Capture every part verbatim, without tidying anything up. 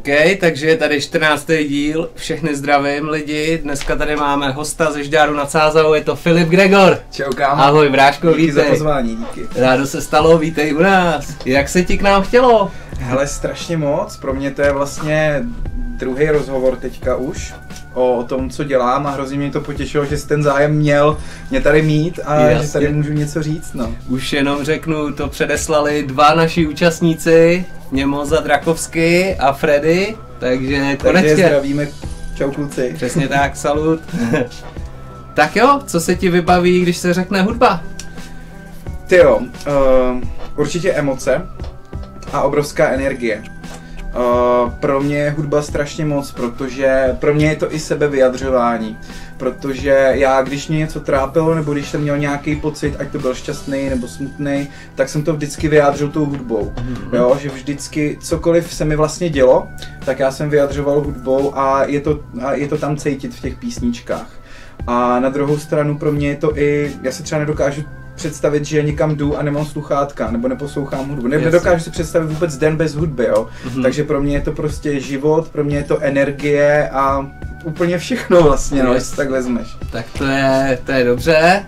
OK, takže je tady čtrnáctý díl, všechny zdravím lidi, dneska tady máme hosta ze Žďáru nad Sázavou, je to Filip Gregor. Čau kámo. Ahoj Bráško, díky vítej. za pozvání, díky. Rádo se stalo, vítej u nás. Jak se ti k nám chtělo? Hele, strašně moc, pro mě to je vlastně druhý rozhovor teďka už o, o tom, co dělám a hrozně mě to potěšilo, že jsi ten zájem měl mě tady mít a Jasně. že tady můžu něco říct, no. Už jenom řeknu, to předeslali dva naši účastníci, Němoza Drakovsky a Freddy, takže konečně. Takže zdravíme, čau kluci. Přesně tak, salut. Tak jo, co se ti vybaví, když se řekne hudba? Tyjo, uh, určitě emoce a obrovská energie. Uh, pro mě je hudba strašně moc, protože pro mě je to i sebevyjadřování. Protože já, když mě něco trápilo, nebo když jsem měl nějaký pocit, ať to byl šťastný nebo smutný, tak jsem to vždycky vyjádřil tou hudbou. Mm-hmm. Jo, že vždycky cokoliv se mi vlastně dělo, tak já jsem vyjadřoval hudbou a je to, a je to tam cítit v těch písničkách. A na druhou stranu pro mě je to i, já se třeba nedokážu představit, že někam jdu a nemám sluchátka, nebo neposlouchám hudbu. Ne, nedokážu si představit vůbec den bez hudby, jo. Mm-hmm. Takže pro mě je to prostě život, pro mě je to energie a úplně všechno vlastně, no, jestli tak vezmeš. Tak to je, to je dobře.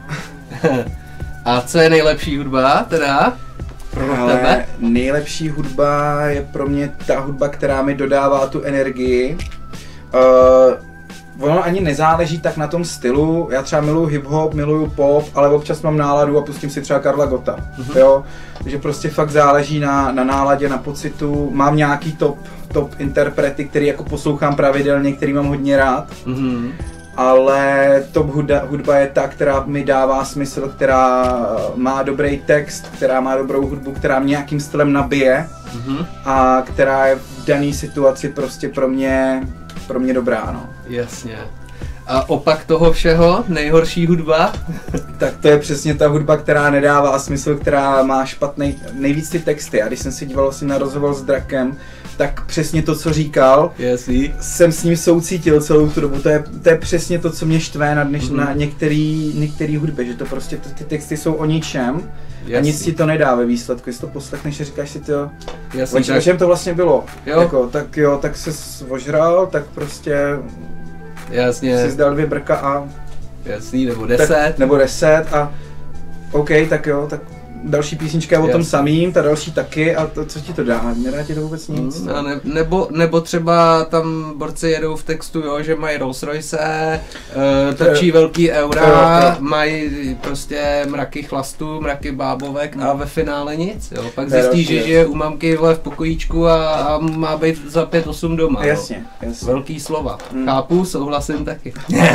A co je nejlepší hudba teda pro Ale tebe? Nejlepší hudba je pro mě ta hudba, která mi dodává tu energii. Uh, Ono ani nezáleží tak na tom stylu, já třeba miluju hip-hop, miluju pop, ale občas mám náladu a pustím si třeba Karla Gotta, mm-hmm. jo. Takže prostě fakt záleží na, na náladě, na pocitu, mám nějaký top, top interprety, který jako poslouchám pravidelně, který mám hodně rád. Mm-hmm. Ale top hudba, hudba je ta, která mi dává smysl, která má dobrý text, která má dobrou hudbu, která mě nějakým stylem nabije mm-hmm. a která je v dané situaci prostě pro mě pro mě dobrá, no. Jasně. A opak toho všeho, nejhorší hudba? Tak to je přesně ta hudba, která nedává smysl, která má špatný, nejvíc ty texty. A když jsem se díval vlastně na rozhovor s Drakem, tak přesně to, co říkal, Jasný. jsem s ním soucítil celou tu dobu. To je, to je přesně to, co mě štve na, dneš, mm-hmm. na některý, některý hudby, že to prostě ty, ty texty jsou o ničem. Jasný. A nic ti to nedá ve výsledku, jestli to poslechneš a říkáš si to, o čem to vlastně bylo. Jo. Jako, tak jo, tak se ožral, tak prostě Jasně. si zdal dvě brka a... Jasný, nebo deset. Tak, nebo deset a OK, tak jo, tak další písnička je o tom samým, ta další taky a to, co ti to dá? Nedá ti to vůbec nic? No, ne, nebo, nebo třeba tam borci jedou v textu, jo, že mají Rolls Royce, uh, točí velký eura, mají prostě mraky chlastů, mraky bábovek a ve finále nic, jo. Pak zjistí, že žije u mamky v pokojíčku a, a má být za pět osm doma. Jasně, jasně. Velký slova. Hmm. Chápu, souhlasím taky.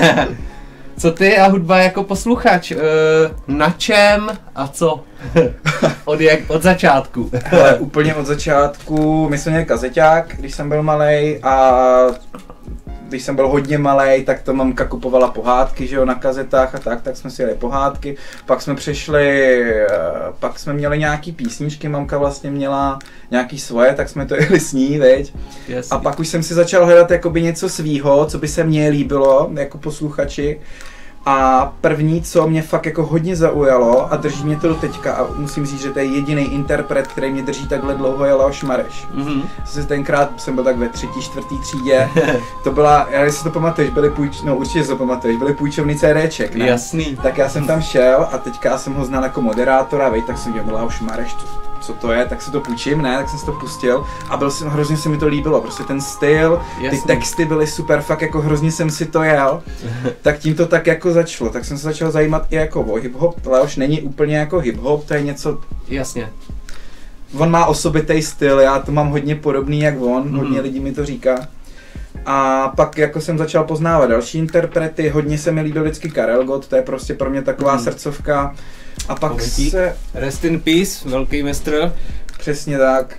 Co ty a hudba jako posluchač? E, na čem a co? od, jak, od začátku. Ale úplně od začátku, my jsme měli kazeťák, když jsem byl malej a když jsem byl hodně malej, tak to mamka kupovala pohádky, že jo, na kazetách a tak, tak jsme si jeli pohádky. Pak jsme přešli, pak jsme měli nějaký písničky, mamka vlastně měla nějaký svoje, tak jsme to jeli s ní, veď. Jasný. A pak už jsem si začal hledat jakoby něco svýho, co by se mně líbilo, jako posluchači. A první, co mě fakt jako hodně zaujalo a drží mě to do teďka a musím říct, že to je jediný interpret, který mě drží takhle dlouho, je Leoš Mareš. Mm-hmm. Tenkrát jsem byl tak ve třetí, čtvrtý třídě, to byla, já si to pamatuješ, byly půjč, no určitě si to pamatuješ, byly půjčovny CDček, ne? Jasný. Tak já jsem tam šel a teďka jsem ho znal jako moderátora, vej, tak jsem dělal Leoš Mareš, co, co to je, tak si to půjčím, ne, tak jsem si to pustil a byl jsem, hrozně se mi to líbilo, prostě ten styl, Jasný. Ty texty byly super, fakt jako hrozně jsem si to jel, tak tím to tak jako začalo, tak jsem se začal zajímat i jako o hip-hop, Leoš není úplně jako hip-hop, to je něco... Jasně. On má osobitý styl, já to mám hodně podobný jak on, mm. hodně lidí mi to říká. A pak jako jsem začal poznávat další interprety, hodně se mi líbil vždycky Karel Gott, to je prostě pro mě taková mm. srdcovka. A pak Povětí. se... Rest in peace, velký mistr. Přesně tak.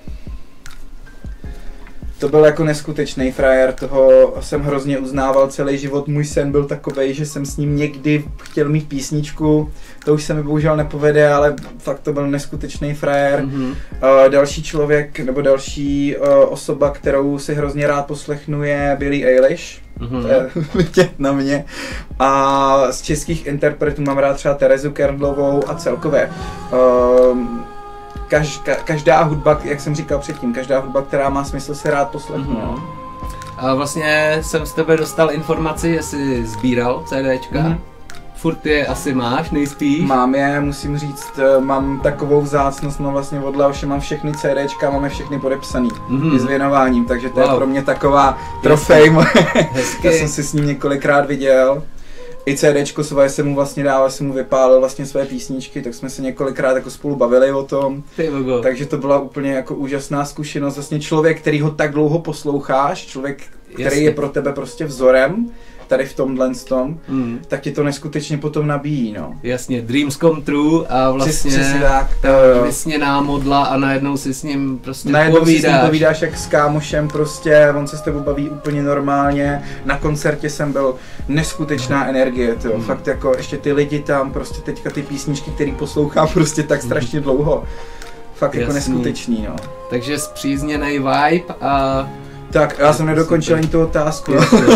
To byl jako neskutečný frajer, toho jsem hrozně uznával celý život, můj sen byl takovej, že jsem s ním někdy chtěl mít písničku, to už se mi bohužel nepovede, ale fakt to byl neskutečný frajer. Mm-hmm. Uh, další člověk, nebo další uh, osoba, kterou si hrozně rád poslechnu, je Billie Eilish. Mm-hmm. To je vidět na mě. A z českých interpretů mám rád třeba Terezu Kerndlovou a celkově. Uh, kaž, ka, každá hudba, jak jsem říkal předtím, každá hudba, která má smysl, se rád poslechnu. Mm-hmm. A vlastně jsem z tebe dostal informaci, jestli sbíral CDčka. Mm-hmm. Furt je asi máš, nejspíš? Mám je, musím říct, mám takovou vzácnost, no vlastně od Leoše mám všechny CDčka, máme všechny podepsaný, mm-hmm. i s věnováním, takže to wow. je pro mě taková trofej moje. Já jsem si s ním několikrát viděl. I CDčko svoje jsem mu vlastně dával, jsem mu vypálil vlastně své písničky, tak jsme se několikrát jako spolu bavili o tom. Takže to byla úplně jako úžasná zkušenost, vlastně člověk, který ho tak dlouho posloucháš, člověk, který Jasně. je pro tebe prostě vzorem, tady v tomhle tom, mm. tak ti to neskutečně potom nabíjí, no. Jasně, dreams come true a vlastně Přesně tak, ta vysněná modla a najednou si s ním prostě najednou povídáš. Najednou si s ním povídáš jak s kámošem prostě, on se s tebou baví úplně normálně, na koncertě jsem byl neskutečná energie, tyjo. Mm. Fakt jako ještě ty lidi tam, prostě teďka ty písničky, který poslouchám prostě tak strašně dlouho. Fakt Jasný. Jako neskutečný, no. Takže zpřízněnej vibe a tak, já jsem nedokončil ani tu otázku.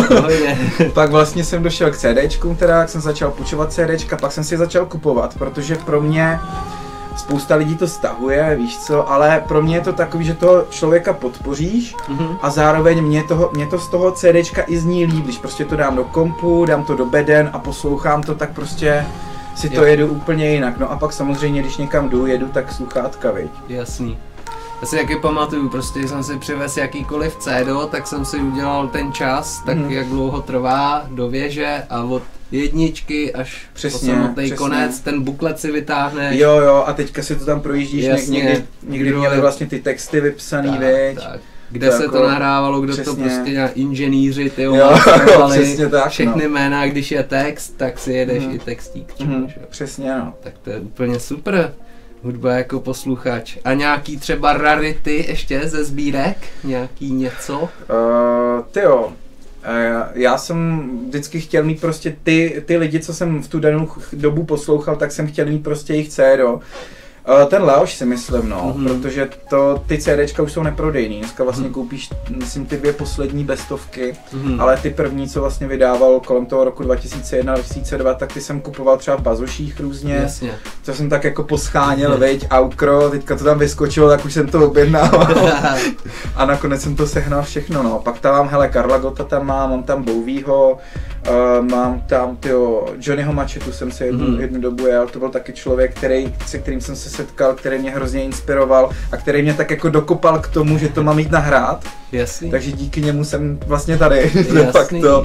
Pak vlastně jsem došel k CDčkům, teda, jak jsem začal půjčovat CDčka, pak jsem si je začal kupovat, protože pro mě spousta lidí to stahuje, víš co, ale pro mě je to takový, že toho člověka podpoříš mm-hmm. a zároveň mě, toho, mě to z toho CDčka i zní líp, když prostě to dám do kompu, dám to do beden a poslouchám to, tak prostě si to jo. jedu úplně jinak. No a pak samozřejmě, když někam jdu, jedu, tak sluchátka, viď. Jasný. Já si taky pamatuju, prostě jsem si přivez jakýkoliv C D, tak jsem si udělal ten čas, tak mm. jak dlouho trvá do věže a od jedničky až přesně, po samotný konec, ten buklet si vytáhneš. Jo jo a teďka si to tam projíždíš, Jasně, někdy, někdy měli vlastně ty texty vypsaný, tak, viď. Tak. Kde to se jako, to nahrávalo, kdo přesně. To prostě nějak inženýři, ty jo, tak, všechny no. jména, když je text, tak si jedeš mm. i textík. Třeba, mm. Přesně no. Tak to je úplně super. Hudba jako posluchač. A nějaký třeba rarity ještě ze sbírek? Nějaký něco? Uh, tyjo, uh, já jsem vždycky chtěl mít prostě ty, ty lidi, co jsem v tu danou dobu poslouchal, tak jsem chtěl mít prostě jejich C D. Uh, ten Leoš si myslím, no, mm-hmm. protože to, ty CDčka už jsou neprodejný, dneska vlastně mm-hmm. koupíš, myslím, ty dvě poslední bestovky, mm-hmm. ale ty první, co vlastně vydával kolem toho roku dva tisíce jedna dva tisíce dva, tak ty jsem kupoval třeba v bazoších různě, Jasně. co jsem tak jako poscháněl, veď, Aukro, teďka to tam vyskočilo, tak už jsem to objednával a nakonec jsem to sehnal všechno, no, pak tam mám, hele, Karla Gotta tam mám, mám tam Bowieho, uh, mám tam, tyjo, Johnnyho Machetu jsem se jednu, mm-hmm. jednu dobu jel, to byl taky člověk, který, se kterým jsem se setkal, který mě hrozně inspiroval a který mě tak jako dokopal k tomu, že to mám jít nahrát. Jasný. Takže díky němu jsem vlastně tady, de facto.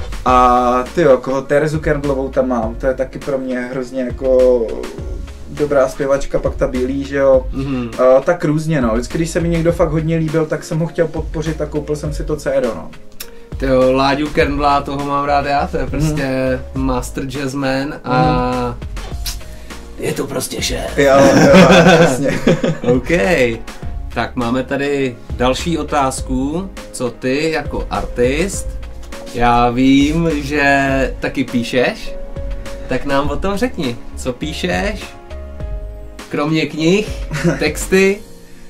A tyjo, koho Terezu Kerndlovou tam mám, to je taky pro mě hrozně jako dobrá zpěvačka, pak ta Bílý, že jo. Mm-hmm. A, tak různě, no. Vždycky, když se mi někdo fakt hodně líbil, tak jsem ho chtěl podpořit a koupil jsem si to C D, no. Tyjo, Láďu Kerndla, toho mám rád já, to je prostě mm. master jazzman a mm. je to prostě šéf. Jo, jo, jasně. OK. Tak máme tady další otázku. Co ty jako artist? Já vím, že taky píšeš, tak nám o tom řekni. Co píšeš? Kromě knih, texty.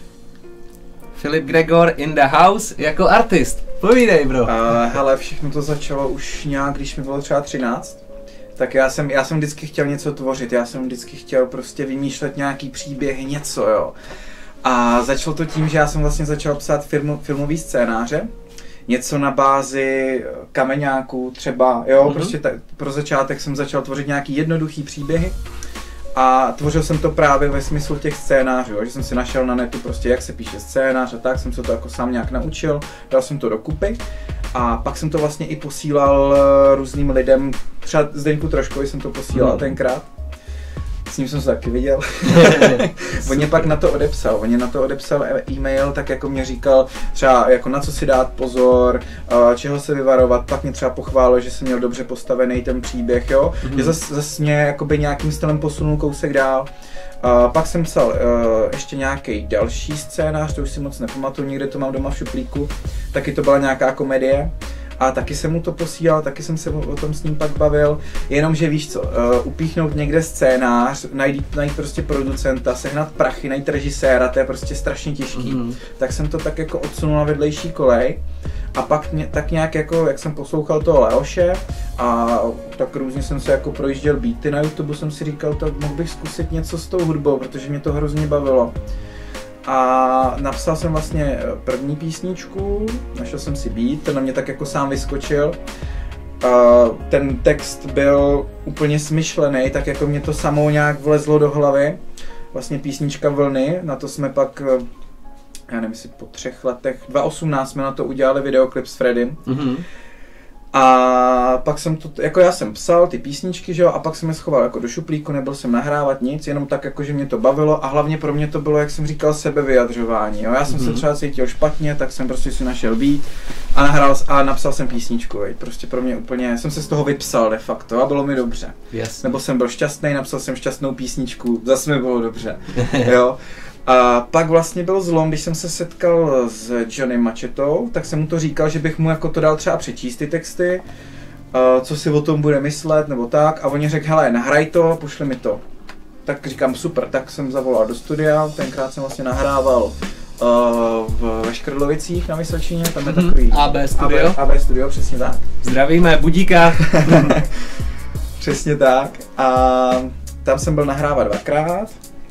Filip Gregor in the house jako artist. Povídej, bro. Uh, hele, všechno to začalo už nějak, když mi bylo třeba třináct. Tak já jsem, já jsem vždycky chtěl něco tvořit, já jsem vždycky chtěl prostě vymýšlet nějaký příběhy, něco, jo. A začalo to tím, že já jsem vlastně začal psát film, filmový scénáře, něco na bázi kameňáků třeba, jo, mm-hmm. prostě ta, pro začátek jsem začal tvořit nějaký jednoduchý příběhy a tvořil jsem to právě ve smyslu těch scénářů, jo, že jsem si našel na netu prostě, jak se píše scénář a tak, jsem se to jako sám nějak naučil, dal jsem to dokupy a pak jsem to vlastně i posílal různým lidem, třeba Zdeňku Troškovi jsem to posílal mm. tenkrát. S ním jsem se taky viděl. On mě pak na to odepsal, on mě na to odepsal e-mail, tak jako mě říkal třeba jako na co si dát pozor, čeho se vyvarovat, pak mě třeba pochválil, že jsem měl dobře postavený ten příběh, jo, mm-hmm. že zase zas mě jakoby nějakým stylem posunul kousek dál. Uh, pak jsem psal uh, ještě nějaký další scénář, to už si moc nepamatuju, někde to mám doma v šuplíku, taky to byla nějaká komedie. A taky jsem mu to posílal, taky jsem se o tom s ním pak bavil, jenomže víš co, uh, upíchnout někde scénář, najít, najít prostě producenta, sehnat prachy, najít režiséra, to je prostě strašně těžký. Mm-hmm. Tak jsem to tak jako odsunul na vedlejší kolej A pak ně, tak nějak jako, jak jsem poslouchal toho Leoše a tak různě jsem se jako projížděl beaty na YouTube, jsem si říkal, tak mohl bych zkusit něco s tou hudbou, protože mě to hrozně bavilo. A napsal jsem vlastně první písničku, našel jsem si beat, ten na mě tak jako sám vyskočil. Uh, ten text byl úplně smyšlený, tak jako mě to samo nějak vlezlo do hlavy. Vlastně písnička Vlny, na to jsme pak, já nevím, jestli po třech letech, dva tisíce osmnáct jsme na to udělali videoklip s Freddym. Mm-hmm. A pak jsem to, jako já jsem psal ty písničky, že jo, a pak jsem je schoval jako do šuplíku, nebyl jsem nahrávat nic, jenom tak jako, že mě to bavilo a hlavně pro mě to bylo, jak jsem říkal, sebevyjadřování, jo. Já jsem mm-hmm. se třeba cítil špatně, tak jsem prostě si našel beat a nahrál a napsal jsem písničku, veď. Prostě pro mě úplně, jsem se z toho vypsal de facto a bylo mi dobře. Yes. Nebo jsem byl šťastný, napsal jsem šťastnou písničku, zase mi bylo dobře, jo. A pak vlastně byl zlom, když jsem se setkal s Johnnym Machetou, tak jsem mu to říkal, že bych mu jako to dal třeba přečíst ty texty, uh, co si o tom bude myslet nebo tak, a oni řekl, hele, nahraj to, pošli mi to. Tak říkám, super, tak jsem zavolal do studia, tenkrát jsem vlastně nahrával uh, v, ve Škrlovicích na Vysočině, tam je takový A B studio. A B, A B studio, přesně tak. Zdravíme, budíka. Přesně tak. A tam jsem byl nahrávat dvakrát.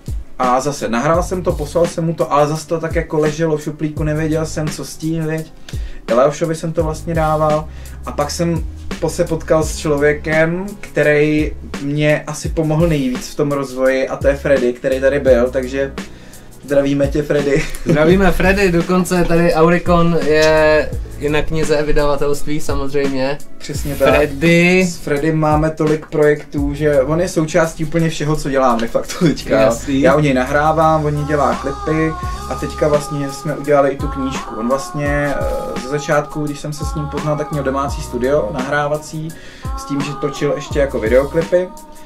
A zase nahrál jsem to, poslal jsem mu to, ale zase to tak jako leželo v šuplíku, nevěděl jsem, co s tím, viď. Leošovi jsem to vlastně dával a pak jsem se potkal s člověkem, který mě asi pomohl nejvíc v tom rozvoji, a to je Freddy, který tady byl, takže zdravíme tě, Freddy. Zdravíme Freddy, dokonce tady Aurikon je, je na knize vydavatelství samozřejmě. Přesně tak. Freddy. S Freddym máme tolik projektů, že on je součástí úplně všeho, co děláme fakt teďka. Jasný. Já u něj nahrávám, on dělá klipy a teďka vlastně jsme udělali i tu knížku. On vlastně ze začátku, když jsem se s ním poznal, tak měl domácí studio nahrávací s tím, že točil ještě jako videoklipy.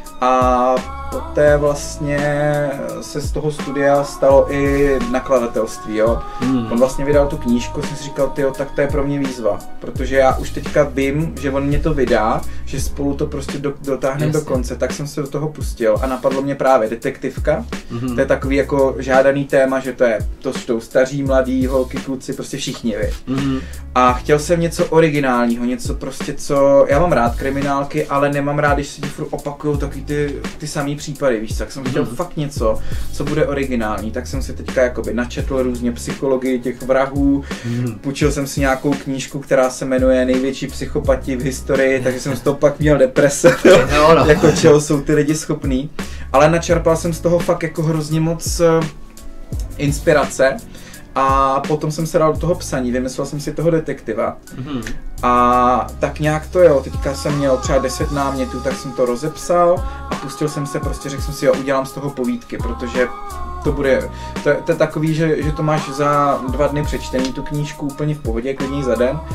A poté vlastně se z toho studia stalo i nakladatelství, jo. Hmm. On vlastně vydal tu knížku, jsem si říkal, tyjo, tak to je pro mě výzva, protože já už teďka vím, že on mě to vydá, že spolu to prostě do, dotáhneme do konce, tak jsem se do toho pustil a napadlo mě právě detektivka, hmm. to je takový jako žádaný téma, že to je, to jsou staří, mladí, holky, kluci, prostě všichni, vy. Hmm. A chtěl jsem něco originálního, něco prostě, co, já mám rád kriminálky, ale nemám rád, když se ti furt opakujou takový ty, ty samý případy, víš, tak jsem chtěl mm. fakt něco, co bude originální, tak jsem si teďka jakoby načetl různě psychologii těch vrahů, mm. půjčil jsem si nějakou knížku, která se jmenuje Největší psychopati v historii, takže jsem z toho pak měl deprese, no, no. jako čeho jsou ty lidi schopní, ale načerpal jsem z toho fakt jako hrozně moc uh, inspirace. A potom jsem se dal do toho psaní, vymyslel jsem si toho detektiva. Mm-hmm. A tak nějak to jo, teďka jsem měl třeba deset námětů, tak jsem to rozepsal a pustil jsem se, prostě řekl jsem si, jo, udělám z toho povídky, protože to bude, to, to je takový, že, že to máš za dva dny přečtený tu knížku úplně v pohodě, klidně za den.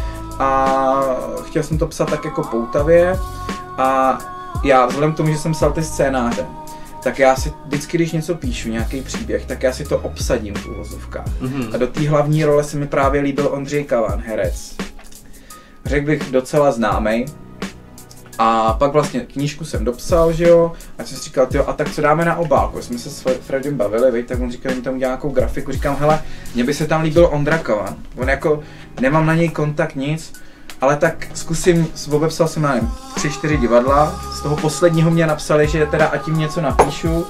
A chtěl jsem to psat tak jako poutavě a já vzhledem k tomu, že jsem psal ty scénáře, tak já si vždycky, když něco píšu, nějaký příběh, tak já si to obsadím v uvozovkách. Mm-hmm. A do té hlavní role se mi právě líbil Ondřej Kavan, herec. Řekl bych docela známej. A pak vlastně knížku jsem dopsal, že jo, a jsem si říkal, tyjo, a tak co dáme na obálku? Jsme se s Freddym bavili, vej, tak on říkal, že mi tam udělá nějakou grafiku, říkám, hele, mně by se tam líbil Ondra Kavan. On jako, nemám na něj kontakt, nic, ale tak zkusím, obepsal jsem, nevím, tři, čtyři divadla, z toho posledního mě napsali, že teda a tím něco napíšu,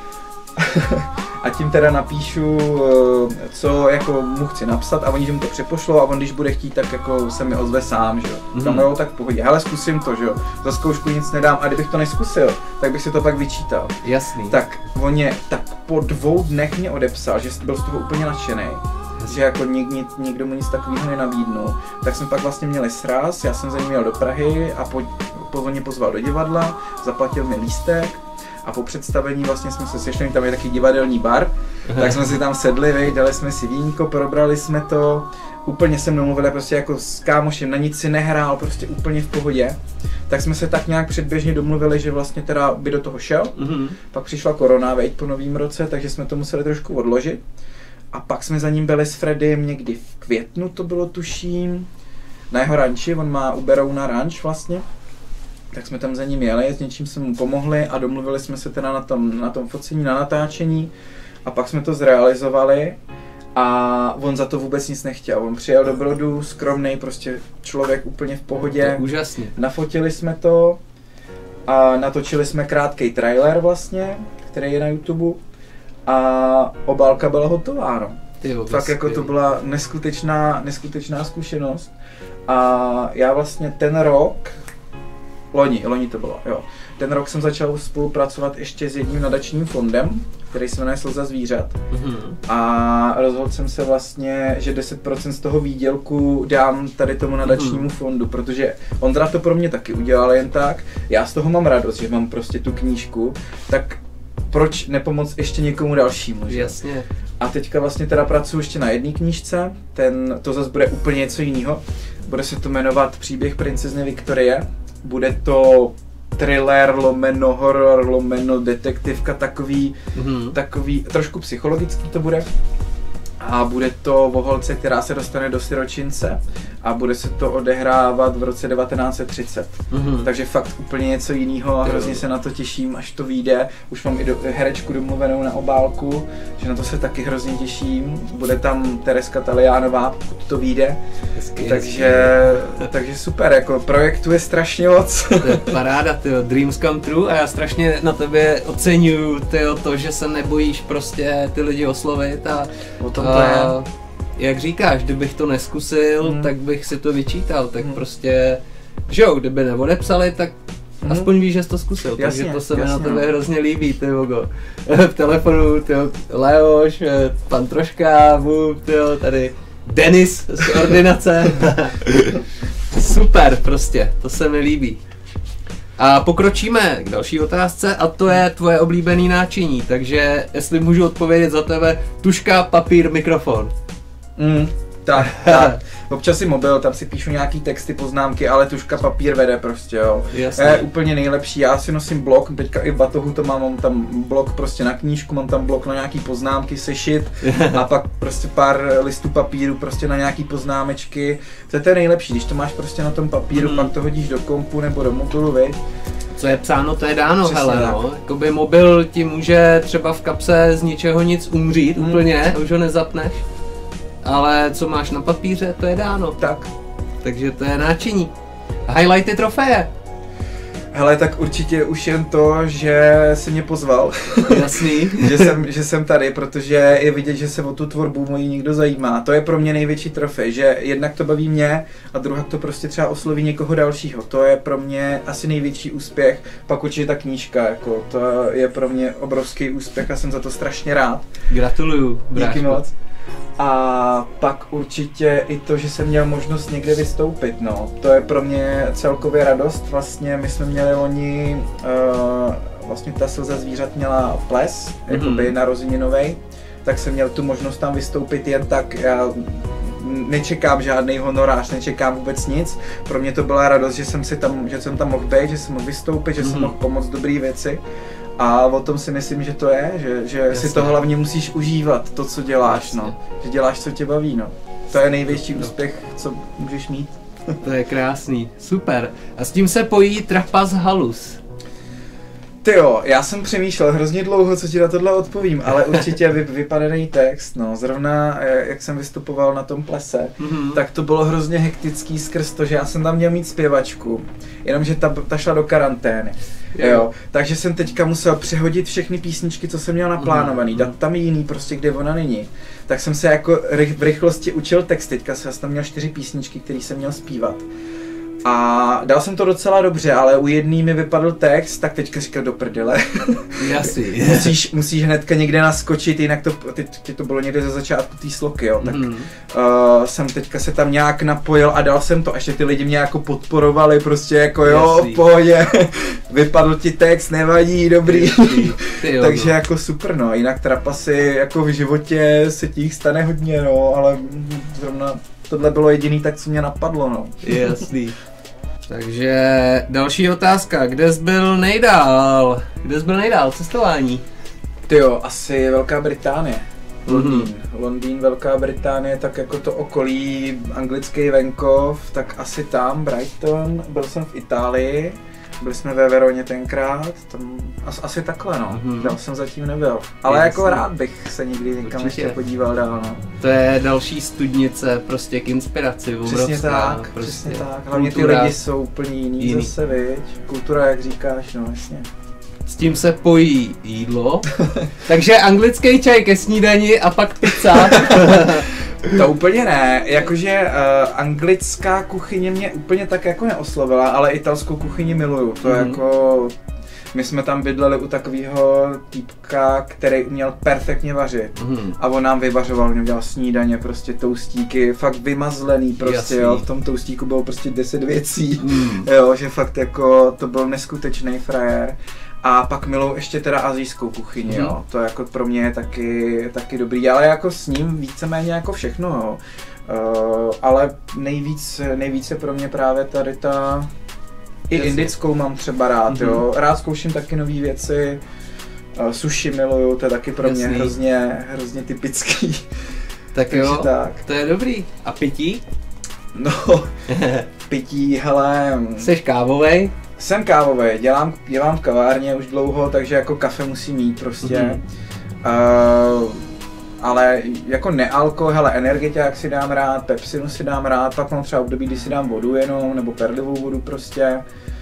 a tím teda napíšu, co jako mu chci napsat a oni, že mu to přepošlou a on, když bude chtít, tak jako se mi ozve sám, že jo. Mm. Tam jo, tak v pohodě, hele, zkusím to, že jo, za zkoušku nic nedám a kdybych to neskusil, tak bych si to pak vyčítal. Jasný. Tak on je, tak po dvou dnech mě odepsal, že byl z toho úplně nadšenej. Že jako nik, nik, nikdo mu nic takového nenabídnul. Tak jsme pak vlastně měli sraz, já jsem za ním jel do Prahy a po, po mě pozval do divadla, zaplatil mi lístek a po představení vlastně jsme se sešli, tam je taky divadelní bar, tak jsme si tam sedli, vej, dali jsme si vínko, probrali jsme to, úplně se mnou mluvili prostě jako s kámošem, na nic si nehrál, prostě úplně v pohodě. Tak jsme se tak nějak předběžně domluvili, že vlastně teda by do toho šel, mm-hmm. pak přišla korona, veď, po novém roce, takže jsme to museli trošku odložit. A pak jsme za ním byli s Freddym někdy v květnu, to bylo tuším, na jeho ranči, on má u Berouna ranč vlastně. Tak jsme tam za ním jeli, s něčím jsme mu pomohli a domluvili jsme se teda na tom, na tom focení, na natáčení. A pak jsme to zrealizovali A on za to vůbec nic nechtěl. On přijel do Brodu, skromný, prostě člověk úplně v pohodě. Úžasně. Nafotili jsme to a natočili jsme krátký trailer vlastně, který je na YouTube. A obálka byla hotová, no. Tyjo, Fakt jako to byla neskutečná, neskutečná zkušenost. A já vlastně ten rok, loni, loni to bylo, jo. Ten rok jsem začal spolupracovat ještě s jedním nadačním fondem, který se jmenuje Slza zvířat. Mm-hmm. A rozhodl jsem se vlastně, že deset procent z toho výdělku dám tady tomu nadačnímu mm-hmm. fondu, protože Ondra to pro mě taky udělal jen tak. Já z toho mám radost, že mám prostě tu knížku, tak proč nepomoct ještě někomu dalšímu, že? Jasně. A teďka vlastně teda pracuji ještě na jedné knížce, ten, to zase bude úplně něco jiného. Bude se to jmenovat Příběh princezny Viktorie. Bude to thriller, lomeno horor, lomeno detektivka, takový, mm-hmm. takový, trošku psychologický to bude. A bude to o holce, která se dostane do siročince a bude se to odehrávat v roce devatenáct set třicet. Mm-hmm. Takže fakt úplně něco jiného a hrozně se na to těším, až to vyjde. Už mám i do, herečku domluvenou na obálku, že na to se taky hrozně těším. Bude tam Tereska Taliánová, pokud to vyjde. Hezky, takže, hezky. takže super, jako projektu je strašně moc. To je paráda, tyjo, dreams come true a já strašně na tebe oceňuju, tyjo, to, že se nebojíš prostě ty lidi oslovit a o tom to je. Jak říkáš, kdybych to neskusil, hmm. tak bych si to vyčítal, tak hmm. prostě, že jo, kdyby neodepsali, tak hmm. aspoň víš, že jsi to zkusil, jasně, takže to se mi na tebe hrozně líbí, ty vogo. V telefonu, ty Leoš, pan Troška, Vůb, ty tady Denis z ordinace. Super, prostě, to se mi líbí. A pokročíme k další otázce a to je tvoje oblíbený náčiní, takže jestli můžu odpovědět za tebe, tužka, papír, mikrofon. Mm, tak, tak. Občas si mobil, tam si píšu nějaký texty, poznámky, ale tužka, papír vede prostě, jo. Jasně. Je úplně nejlepší, já si nosím blok, teďka i v batohu to mám, mám tam blok prostě na knížku, mám tam blok na nějaký poznámky, sešit a pak prostě pár listů papíru prostě na nějaký poznámečky. To je to nejlepší, když to máš prostě na tom papíru, mm. pak to hodíš do kompu nebo do mobilu, viď? Co je psáno, to je dáno, přesně hele, no. Jakoby mobil ti může třeba v kapse z ničeho nic umřít mm. úplně, už ho nezapneš. Ale co máš na papíře, to je dáno. Tak. Takže to je náčiní. Highlighty trofeje. Hele, tak určitě už jen to, že jsi mě pozval. Jasný. že, jsem, že jsem tady, protože je vidět, že se o tu tvorbu mojí někdo zajímá. To je pro mě největší trofej, že jednak to baví mě a druhak to prostě třeba osloví někoho dalšího. To je pro mě asi největší úspěch. Pak určitě ta knížka, jako, to je pro mě obrovský úspěch a jsem za to strašně rád. Gratuluju, bráško. Díky moc. A pak určitě i to, že jsem měl možnost někde vystoupit, no. To je pro mě celkově radost. Vlastně my jsme měli loni, uh, vlastně ta Slza zvířat měla ples, mm-hmm. jakoby narozeninovej, tak jsem měl tu možnost tam vystoupit jen tak. Já nečekám žádný honorář, nečekám vůbec nic. Pro mě to byla radost, že jsem si tam, že jsem tam mohl být, že jsem mohl vystoupit, že mm-hmm. jsem mohl pomoct dobrý věci. A o tom si myslím, že to je, že, že si to hlavně musíš užívat, to, co děláš, no. Že děláš, co tě baví, no. To je největší úspěch, co můžeš mít. To je krásný, super. A s tím se pojí trapas halus. Tyjo, já jsem přemýšlel hrozně dlouho, co ti na tohle odpovím, ale určitě vy, vypadený text, no. Zrovna, jak jsem vystupoval na tom plese, mm-hmm. tak to bylo hrozně hektický skrz to, že já jsem tam měl mít zpěvačku, jenomže ta, ta šla do karantény. Jo. Jo, takže jsem teďka musel přehodit všechny písničky, co jsem měl naplánovaný, dát tam jiný prostě, kde ona není. Tak jsem se jako v rychlosti učil text, teďka jsem tam měl čtyři písničky, které jsem měl zpívat. A dal jsem to docela dobře, ale u jedný mi vypadl text, tak teďka říkal do prdele. Jasný. musíš, musíš hnedka někde naskočit, jinak to, teď to bylo někde ze začátku té sloky, jo. Tak mm. uh, jsem teďka se tam nějak napojil a dal jsem to, a ještě ty lidi mě jako podporovali, prostě jako jo, v pohodě, vypadl ti text, nevadí, dobrý. Ty jo, takže no. Jako super, no, jinak trapasy jako v životě se ti jich stane hodně, no, ale zrovna tohle bylo jediný tak, co mě napadlo, no. Jasný. Takže další otázka, kde jsi byl nejdál? Kde jsi byl nejdál cestování? Tyjo, asi Velká Británie. Londýn. Mm-hmm. Londýn, Velká Británie, tak jako to okolí, anglický venkov, tak asi tam, Brighton, byl jsem v Itálii, byli jsme ve Veroně tenkrát, tam as, asi takhle no, mm-hmm. dál jsem zatím nebyl. Ale Jasně. jako rád bych se někdy někam Určitě. ještě podíval dál no. To je další studnice prostě k inspiraci, obrovská. Přesně tak, prostě přesně tak. Hlavně ty kultura. lidi jsou úplně jiný, Jiný. zase, viď? Kultura, jak říkáš, no jasně. S tím se pojí jídlo, takže anglický čaj ke snídani a pak pizza. To úplně ne, jakože uh, anglická kuchyně mě úplně tak jako neoslovila, ale italskou kuchyni miluju, to mm. jako... My jsme tam bydleli u takového týpka, který uměl perfektně vařit mm. a on nám vyvařoval, on udělal snídaně, prostě toustíky, fakt vymazlený prostě, Jasný. jo, v tom toustíku bylo prostě deset věcí, mm. jo, že fakt jako to byl neskutečný frajer. A pak miluji ještě teda asijskou kuchyni, mm. jo, to jako pro mě je taky, taky dobrý, ale jako s ním víceméně jako všechno, jo. Uh, ale nejvíc, nejvíce pro mě právě tady ta, i Jasně. indickou mám třeba rád, mm-hmm. jo, rád zkouším taky nové věci, uh, sushi miluju, to je taky pro Jasný. mě hrozně, hrozně typický. Tak jo, tak. To je dobrý. A pití? No, pití, hele... Jseš kávovej? Jsem kávovej, dělám, dělám v kavárně už dlouho, takže jako kafe musím mít prostě. Mm-hmm. Uh, ale jako nealko, hele, energetiák si dám rád, pepsinu si dám rád, pak mám třeba období, kdy si dám vodu jenom, nebo perlivou vodu prostě.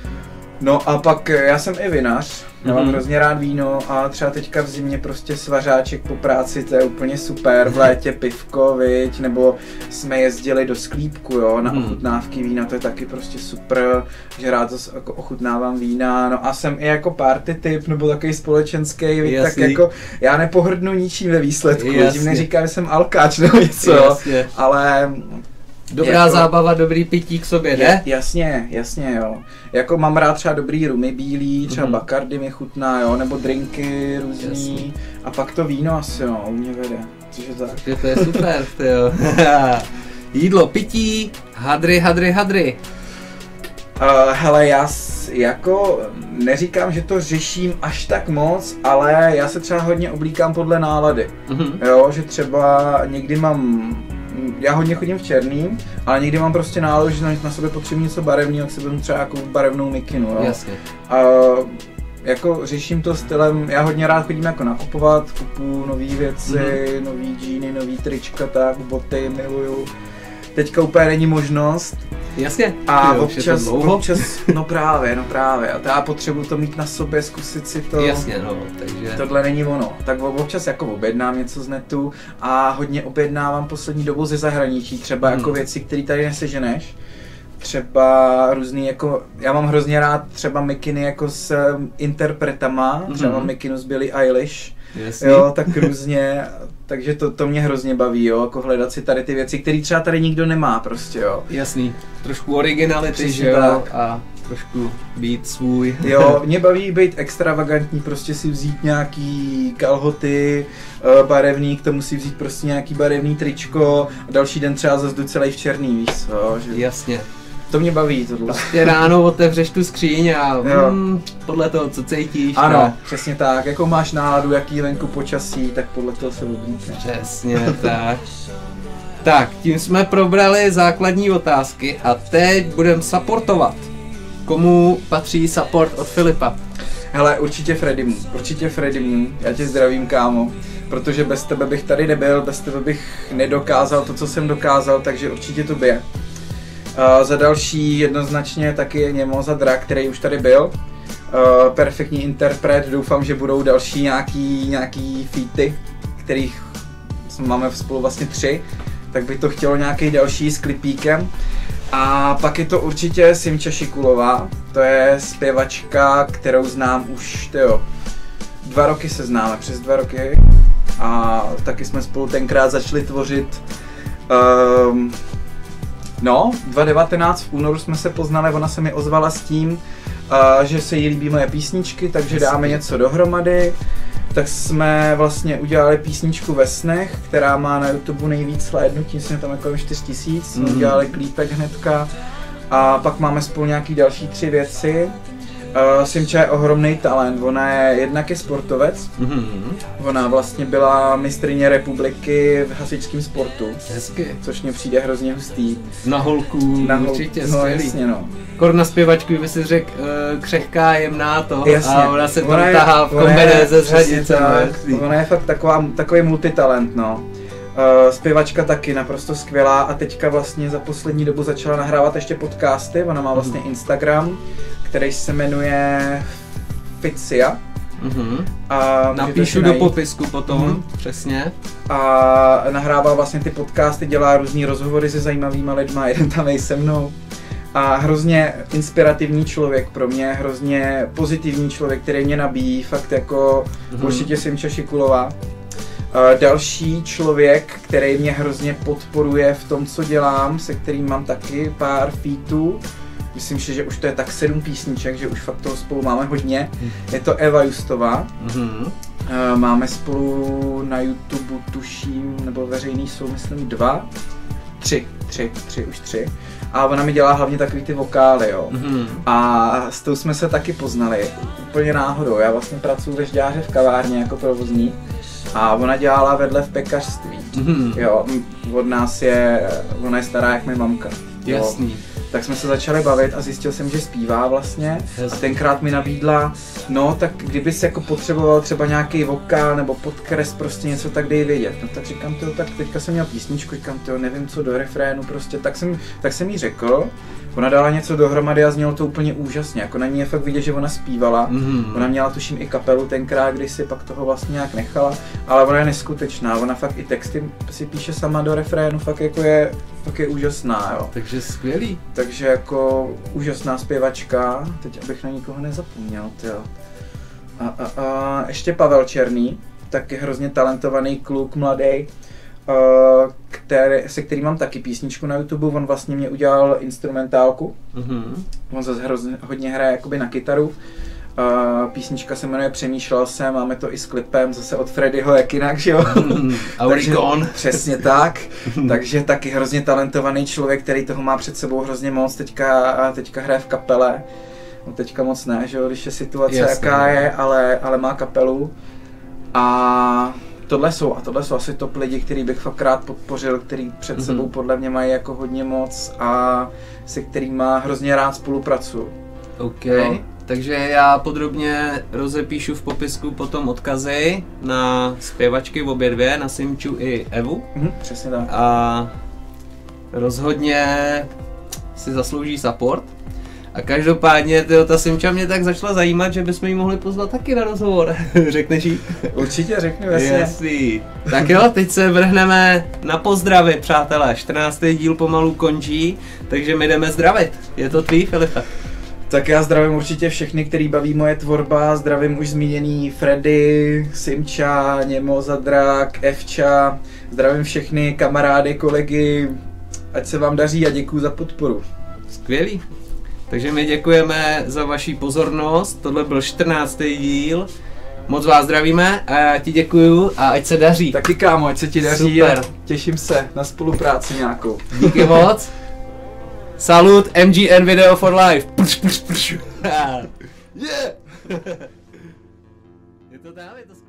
No a pak já jsem i vinař, já mám mm-hmm. hrozně rád víno a třeba teďka v zimě prostě svařáček po práci, to je úplně super, v létě pivko, viď, nebo jsme jezdili do Sklípku, jo, na mm. ochutnávky vína, to je taky prostě super, že rád zase jako ochutnávám vína, no a jsem i jako party typ, nebo takový společenský, viď, tak jako já nepohrdnu ničím ve výsledku, tím neříkám, že jsem alkáč nebo něco, Jasně. ale... Dobrá jako, zábava, dobrý pití k sobě, ne? Jasně, jasně, jo. Jako mám rád třeba dobrý rumy bílý, třeba mm-hmm. Bacardi mi chutná, jo, nebo drinky různý. Jasně. A pak to víno asi, jo, u mě vede. Cože tak. Takže to je super, jo. Jídlo, pití, hadry, hadry, hadry. Uh, hele, já s, jako neříkám, že to řeším až tak moc, ale já se třeba hodně oblíkám podle nálady. Mm-hmm. Jo, že třeba někdy mám... Já hodně chodím v černým, ale někdy mám prostě náladu, že na sobě potřebuji něco barevného, tak si vezmu třeba jako barevnou mikinu, jo. Jasně. A jako řeším to stylem, já hodně rád chodím jako nakupovat, kupuju nové věci, mm-hmm. nový džíny, nový trička, tak, boty miluju. Teďka úplně není možnost. Jasně. A jo, občas, občas, no právě, no právě. A já potřebuji to mít na sobě, zkusit si to. Jasně, no, takže... Tohle není ono. Tak občas jako objednám něco z netu a hodně objednávám poslední dobou ze zahraničí, třeba hmm. jako věci, které tady neseženeš. Třeba různý jako, já mám hrozně rád třeba mikiny jako s interpretama, třeba mm-hmm. mám mikinu z Billie Eilish. Jasný. Jo, tak různě, takže to, to mě hrozně baví, jo, jako hledat si tady ty věci, které třeba tady nikdo nemá prostě, jo. Jasný, trošku originality, že jo, a trošku být svůj. Jo, mě baví být extravagantní, prostě si vzít nějaký kalhoty barevný, k tomu si vzít prostě nějaký barevný tričko a další den třeba zase jdu celý v černý, víš, jo, že... Jasně. To mě baví, tohle. Prostě ráno otevřeš tu skříň a mm, podle toho, co cítíš. Ano, a... přesně tak. Jakou máš náladu, jaký venku počasí, tak podle toho se oblíkneš. Přesně tak. Tak, tím jsme probrali základní otázky a teď budeme supportovat. Komu patří support od Filipa? Hele, určitě Freddymu. Určitě Freddymu. Já tě zdravím, kámo. Protože bez tebe bych tady nebyl, bez tebe bych nedokázal to, co jsem dokázal, takže určitě to bije. Uh, za další jednoznačně taky je Němoza Drak, který už tady byl. Uh, perfektní interpret, doufám, že budou další nějaký, nějaký featy, kterých máme spolu vlastně tři, tak by to chtělo nějaký další s klipíkem. A pak je to určitě Simča Šikulová, to je zpěvačka, kterou znám už, tyjo, dva roky se známe, přes dva roky. A taky jsme spolu tenkrát začali tvořit. Um, No, dva tisíce devatenáct v únoru jsme se poznali, ona se mi ozvala s tím, uh, že se jí líbí moje písničky, takže dáme něco dohromady. Tak jsme vlastně udělali písničku Ve snech, která má na YouTube nejvíc slédnutí, jsme tam jako čtyři tisíce, jsme mm. udělali klípek hnedka. A pak máme spolu nějaký další tři věci. Uh, Simča je ohromný talent, ona je jednak je sportovec, mm-hmm. ona vlastně byla mistryně republiky v hasičském sportu. Hezky. Což mě přijde hrozně hustý. Na holku, na hol... určitě, no, skvělý. Jasně, no. Kor na zpěvačku by si řekl uh, křehká, jemná to jasně. A ona se tam ona je, tahá v kombinéze s řadicem. Ona je fakt taková, takový multitalent, no. Uh, zpěvačka taky naprosto skvělá a teďka vlastně za poslední dobu začala nahrávat ještě podcasty, ona má vlastně Instagram, který se jmenuje Ficia. Mm-hmm. A napíšu do popisku potom, mm-hmm. přesně. A nahrává vlastně ty podcasty, dělá různý rozhovory se zajímavýma lidma, jeden tam je se mnou. A hrozně inspirativní člověk pro mě, hrozně pozitivní člověk, který mě nabíjí, fakt jako mm-hmm. určitě Simča Šikulová. Uh, další člověk, který mě hrozně podporuje v tom, co dělám, se kterým mám taky pár featů. Myslím si, že už to je tak sedm písniček, že už fakt toho spolu máme hodně. Je to Eva Justová. Mm-hmm. Uh, máme spolu na YouTube, tuším, nebo veřejný jsou, myslím, dva. Tři, tři, tři, už tři. A ona mi dělá hlavně takový ty vokály, jo. Mm-hmm. A s tou jsme se taky poznali, úplně náhodou. Já vlastně pracuji ve Žďáře v kavárně jako provozník. A ona dělala vedle v pekařství. Mm-hmm. Jo, od nás je, ona je stará jak moje mamka. Jasný. Jo. Tak jsme se začali bavit a zjistil jsem, že zpívá vlastně. Jasný. A tenkrát mi nabídla, no tak kdybys jako potřeboval třeba nějaký vokál nebo podkres, prostě něco, tak dej vědět. No tak říkám, tyjo, tak teďka jsem měl písničku, říkám, tyjo, nevím co do refrénu prostě, tak jsem, tak jsem jí řekl. Ona dala něco dohromady a znělo to úplně úžasně, jako na ní je fakt vidět, že ona zpívala. Mm-hmm. Ona měla tuším i kapelu tenkrát, když si pak toho vlastně nějak nechala, ale ona je neskutečná, ona fakt i texty si píše sama do refrénu, fakt jako je, fakt je úžasná, jo. Takže skvělý. Takže jako úžasná zpěvačka, teď abych na nikoho nezapomněl, tyjo. A, a, a ještě Pavel Černý, taky hrozně talentovaný kluk, mladý. Uh, který, se kterým mám taky písničku na YouTube, on vlastně mě udělal instrumentálku. Mm-hmm. On zase hrozně, hodně hraje jakoby na kytaru. Uh, písnička se jmenuje Přemýšlel jsem, máme to i s klipem zase od Freddyho, jak jinak, že jo? Mm, takže, přesně tak. Takže taky hrozně talentovaný člověk, který toho má před sebou hrozně moc, teďka, teďka hraje v kapele. No teďka moc ne, že jo, když je situace jasný, jaká je, ale, ale má kapelu. A tohle jsou, a tohle jsou asi top lidi, který bych fakt rád podpořil, který před mm-hmm. sebou podle mě mají jako hodně moc a se kterýma hrozně rád spolupracuju. OK, no. Takže já podrobně rozepíšu v popisku potom odkazy na zpěvačky obě dvě, na Simču i Evu. Mm-hmm, přesně tak. A rozhodně si zaslouží support. A každopádně tyjo, ta Simča mě tak začala zajímat, že bychom ji mohli pozvat taky na rozhovor. Řekneš jí? Určitě řeknu, jasně. Jasný. Tak jo, teď se vrhneme na pozdravy, přátelé. čtrnáctý díl pomalu končí, takže my jdeme zdravit. Je to tvý, Filipe? Tak já zdravím určitě všechny, který baví moje tvorba, zdravím už zmíněný Freddy, Simča, Němo, Zadrak, Evča, zdravím všechny kamarády, kolegy, ať se vám daří a děkuju za podporu. Skvělý. Takže my děkujeme za vaši pozornost, tohle byl čtrnáctý díl, moc vás zdravíme a já ti děkuju a ať se daří. Taky kámo, ať se ti daří. Super. A těším se na spolupráci nějakou. Díky moc. Salut, M G N Video for Life. Prš, prš, prš. Yeah. Je to tam, je to